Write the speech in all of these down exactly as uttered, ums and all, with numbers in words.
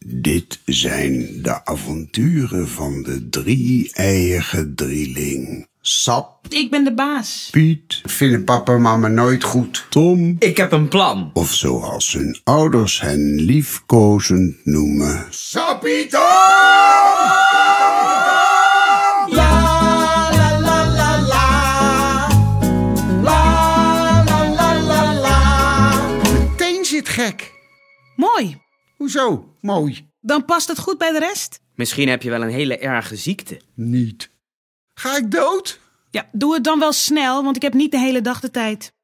Dit zijn de avonturen van de drie-eiige drieling. Sap. Ik ben de baas. Piet. Vinden papa en mama nooit goed. Tom. Ik heb een plan. Of zoals hun ouders hen liefkozend noemen. Sapito! Meteen zit gek. Mooi. Hoezo? Mooi. Dan past het goed bij de rest. Misschien heb je wel een hele erge ziekte. Niet. Ga ik dood? Ja, doe het dan wel snel, want ik heb niet de hele dag de tijd.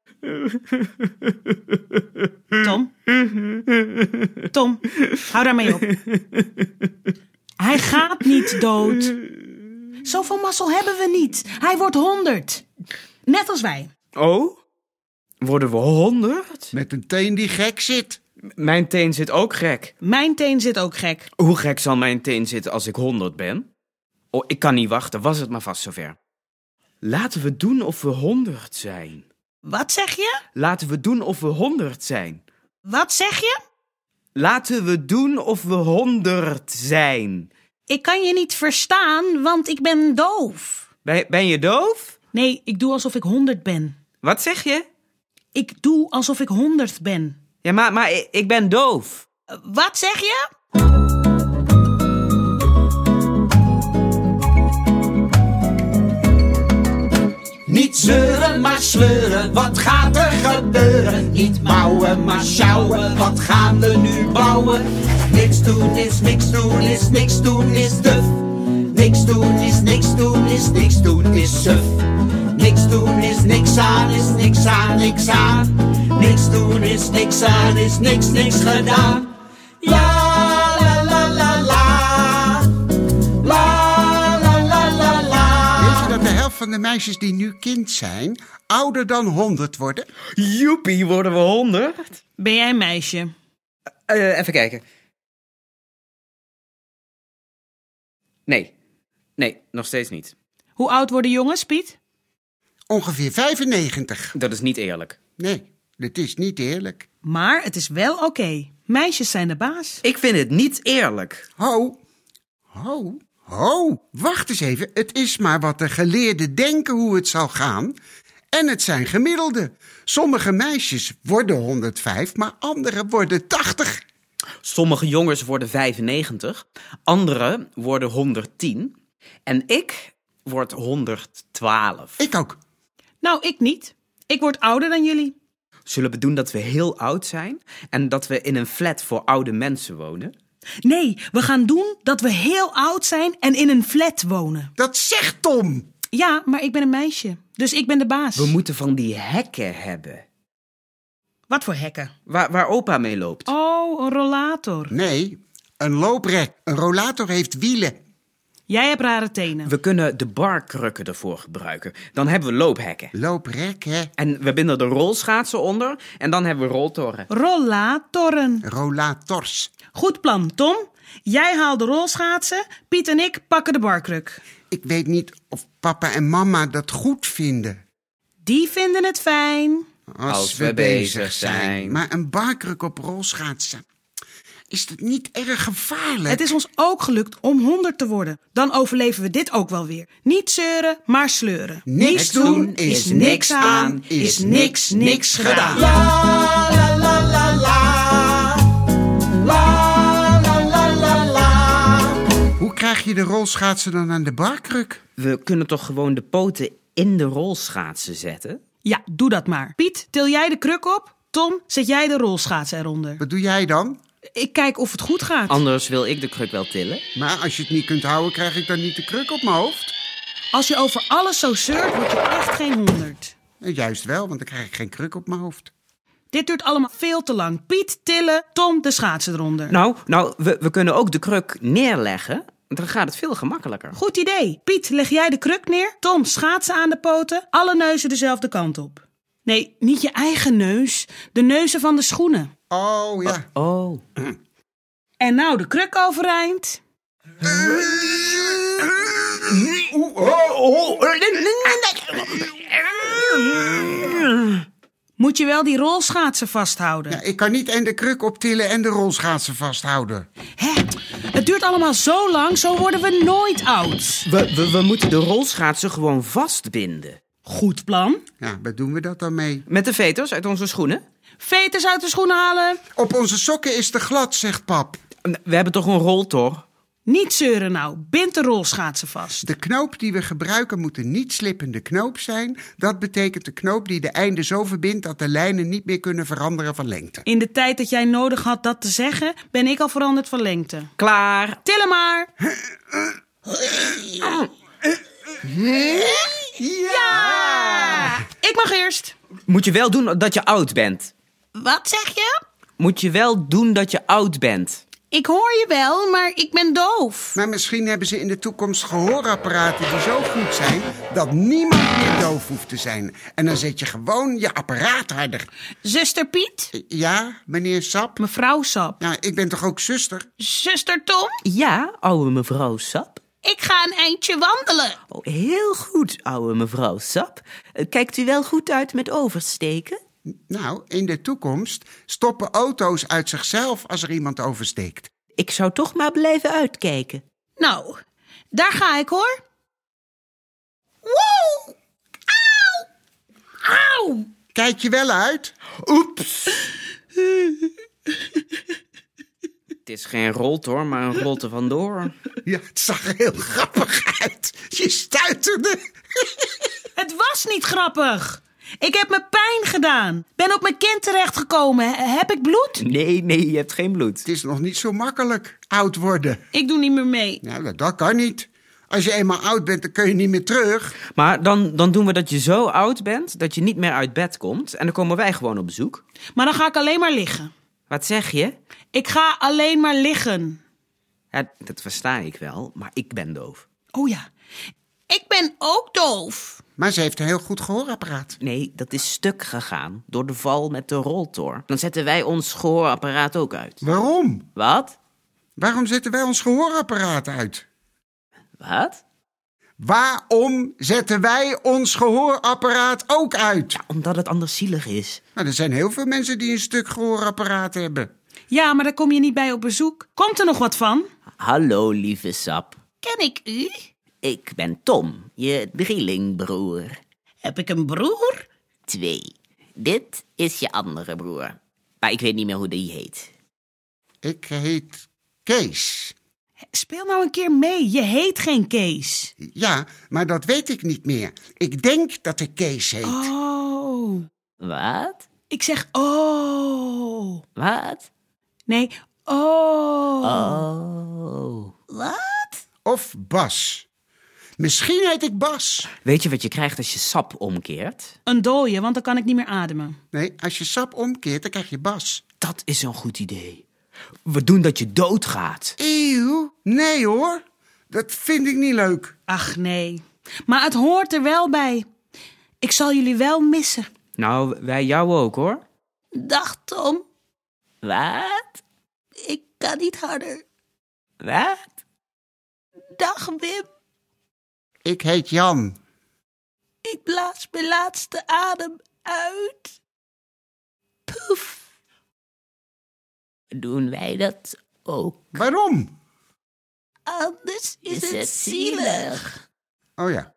Tom? Tom, hou daarmee op. Hij gaat niet dood. Zoveel mazzel hebben we niet. Hij wordt honderd. Net als wij. Oh? Worden we honderd? Met een teen die gek zit. Mijn teen zit ook gek. Mijn teen zit ook gek. Hoe gek zal mijn teen zitten als ik honderd ben? Oh, ik kan niet wachten. Was het maar vast zover. Laten we doen of we honderd zijn. Wat zeg je? Laten we doen of we honderd zijn. Wat zeg je? Laten we doen of we honderd zijn. Ik kan je niet verstaan, want ik ben doof. Ben, ben je doof? Nee, ik doe alsof ik honderd ben. Wat zeg je? Ik doe alsof ik honderd ben. Ja, maar, maar ik, ik ben doof. Uh, wat zeg je? Niet zeuren, maar sleuren, wat gaat er gebeuren? Niet mouwen, maar sjouwen, wat gaan we nu bouwen? Niks doen is niks doen is niks doen is duf. Niks doen is niks doen is niks doen is suf. Niks doen is niks aan is niks aan niks aan. Niks doen is niks aan is niks niks gedaan. Ja, la la la la. La la la la la. Weet je dat de helft van de meisjes die nu kind zijn ouder dan honderd worden? Joepie, worden we honderd? Ben jij een meisje? Uh, even kijken. Nee. Nee, nog steeds niet. Hoe oud worden jongens, Piet? Ongeveer vijfennegentig. Dat is niet eerlijk. Nee, dit is niet eerlijk. Maar het is wel oké. Okay. Meisjes zijn de baas. Ik vind het niet eerlijk. Ho, ho, ho. Wacht eens even. Het is maar wat de geleerden denken hoe het zal gaan. En het zijn gemiddelden. Sommige meisjes worden honderdvijf, maar andere worden tachtig. Sommige jongens worden vijfennegentig, andere worden honderdtien en ik word honderdtwaalf. Ik ook. Nou, ik niet. Ik word ouder dan jullie. Zullen we doen dat we heel oud zijn en dat we in een flat voor oude mensen wonen? Nee, we gaan doen dat we heel oud zijn en in een flat wonen. Dat zegt Tom. Ja, maar ik ben een meisje, dus ik ben de baas. We moeten van die hekken hebben. Wat voor hekken? Waar, waar opa mee loopt. Oh, een rollator. Nee, een looprek. Een rollator heeft wielen. Jij hebt rare tenen. We kunnen de barkrukken ervoor gebruiken. Dan hebben we loophekken. Looprek, hè? En we binden de rolschaatsen onder en dan hebben we roltoren. Rollatoren. Rollators. Goed plan, Tom. Jij haalt de rolschaatsen, Piet en ik pakken de barkruk. Ik weet niet of papa en mama dat goed vinden. Die vinden het fijn. Als, Als we, we bezig bezig zijn. zijn. Maar een barkruk op rolschaatsen, is dat niet erg gevaarlijk? Het is ons ook gelukt om honderd te worden. Dan overleven we dit ook wel weer. Niet zeuren, maar sleuren. Niks doen is niks aan, is niks niks gedaan. La la la la la. La la la la la. Hoe krijg je de rolschaatsen dan aan de barkruk? We kunnen toch gewoon de poten in de rolschaatsen zetten? Ja, doe dat maar. Piet, til jij de kruk op. Tom, zet jij de rolschaatsen eronder. Wat doe jij dan? Ik kijk of het goed gaat. Anders wil ik de kruk wel tillen. Maar als je het niet kunt houden, krijg ik dan niet de kruk op mijn hoofd? Als je over alles zo zeurt, word je echt geen honderd. En juist wel, want dan krijg ik geen kruk op mijn hoofd. Dit duurt allemaal veel te lang. Piet, tillen, Tom, de schaatsen eronder. Nou, nou we, we kunnen ook de kruk neerleggen. Dan gaat het veel gemakkelijker. Goed idee. Piet, leg jij de kruk neer. Tom, schaatsen aan de poten. Alle neuzen dezelfde kant op. Nee, niet je eigen neus. De neuzen van de schoenen. Oh, ja. Oh. En nou de kruk overeind. Moet je wel die rolschaatsen vasthouden. Ja, ik kan niet en de kruk optillen en de rolschaatsen vasthouden. Hè? Het duurt allemaal zo lang, zo worden we nooit oud. We, we, we moeten de rolschaatsen gewoon vastbinden. Goed plan. Ja, waar doen we dat dan mee? Met de veters uit onze schoenen? Veters uit de schoenen halen. Op onze sokken is te glad, zegt pap. We hebben toch een roltor? Niet zeuren nou, bind de rolschaatsen vast. De knoop die we gebruiken moet een niet slippende knoop zijn. Dat betekent de knoop die de einden zo verbindt dat de lijnen niet meer kunnen veranderen van lengte. In de tijd dat jij nodig had dat te zeggen, ben ik al veranderd van lengte. Klaar. Tillen maar. Ja! Ik mag eerst. Moet je wel doen dat je oud bent. Wat zeg je? Moet je wel doen dat je oud bent. Ik hoor je wel, maar ik ben doof. Maar misschien hebben ze in de toekomst gehoorapparaten die zo goed zijn dat niemand meer doof hoeft te zijn. En dan zet je gewoon je apparaat harder. Zuster Piet? Ja, meneer Sap? Mevrouw Sap. Ja, ik ben toch ook zuster? Zuster Tom? Ja, oude mevrouw Sap. Ik ga een eindje wandelen. Oh, heel goed, oude mevrouw Sap. Kijkt u wel goed uit met oversteken? Nou, in de toekomst stoppen auto's uit zichzelf als er iemand oversteekt. Ik zou toch maar blijven uitkijken. Nou, daar ga ik hoor. Woe! Auw! Auw! Kijk je wel uit? Oeps. Het is geen roltor, maar een rolt er vandoor. Ja, het zag er heel grappig uit. Je stuiterde. Het was niet grappig. Ik heb me pijn gedaan. Ben op mijn kind terechtgekomen. Heb ik bloed? Nee, nee, je hebt geen bloed. Het is nog niet zo makkelijk, oud worden. Ik doe niet meer mee. Nou, dat, dat kan niet. Als je eenmaal oud bent, dan kun je niet meer terug. Maar dan, dan doen we dat je zo oud bent dat je niet meer uit bed komt. En dan komen wij gewoon op bezoek. Maar dan ga ik alleen maar liggen. Wat zeg je? Ik ga alleen maar liggen. Ja, dat versta ik wel, maar ik ben doof. Oh ja, ik ben ook doof. Maar ze heeft een heel goed gehoorapparaat. Nee, dat is stuk gegaan door de val met de roltor. Dan zetten wij ons gehoorapparaat ook uit. Waarom? Wat? Waarom zetten wij ons gehoorapparaat uit? Wat? Waarom zetten wij ons gehoorapparaat ook uit? Omdat het anders zielig is. Nou, er zijn heel veel mensen die een stuk gehoorapparaat hebben. Ja, maar daar kom je niet bij op bezoek. Komt er nog wat van? Hallo, lieve Sap. Ken ik u? Ik ben Tom, je drielingbroer. Heb ik een broer? Twee. Dit is je andere broer. Maar ik weet niet meer hoe die heet. Ik heet Kees. Speel nou een keer mee. Je heet geen Kees. Ja, maar dat weet ik niet meer. Ik denk dat ik Kees heet. Oh. Wat? Ik zeg oh. Wat? Nee, oh. Oh. Wat? Of Bas. Misschien heet ik Bas. Weet je wat je krijgt als je Sap omkeert? Een dooie, want dan kan ik niet meer ademen. Nee, als je Sap omkeert, dan krijg je Bas. Dat is een goed idee. We doen dat je doodgaat. Eeuw, nee hoor. Dat vind ik niet leuk. Ach nee, maar het hoort er wel bij. Ik zal jullie wel missen. Nou, wij jou ook, hoor. Dag Tom. Wat? Ik kan niet harder. Wat? Dag Wim. Ik heet Jan. Ik blaas mijn laatste adem uit. Poef. Doen wij dat ook? Waarom? Anders is, Is het het zielig. Oh ja.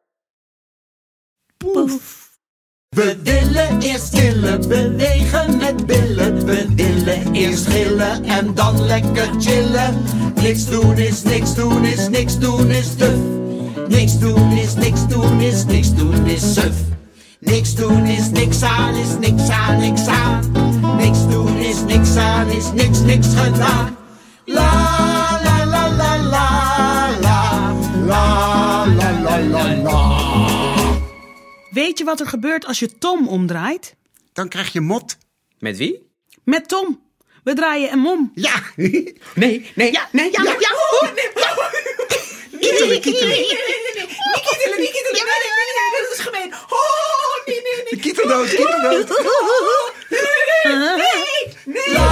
Poef. We willen eerst chillen, bewegen met billen. We willen eerst gillen en dan lekker chillen. Niks doen is niks doen is niks doen is duf. Niks doen is niks doen is niks doen is suf. Niks doen is niks aan is niks aan niks aan. Niks doen is niks aan is niks niks gedaan. La la la la la la la la la la la. Weet je wat er gebeurt als je Tom omdraait? Dan krijg je mot. Met wie? Met Tom. We draaien hem om. Ja. Nee, nee, ja, nee, ja, ja, ja. Oh, nee. Kietelen, kietelen. Niet kietelen, niet kietelen. Nee, nee, nee, nee, dat is gemeen. Oh, nee, nee, nee. Kieteldood, kieteldood. Nee, nee.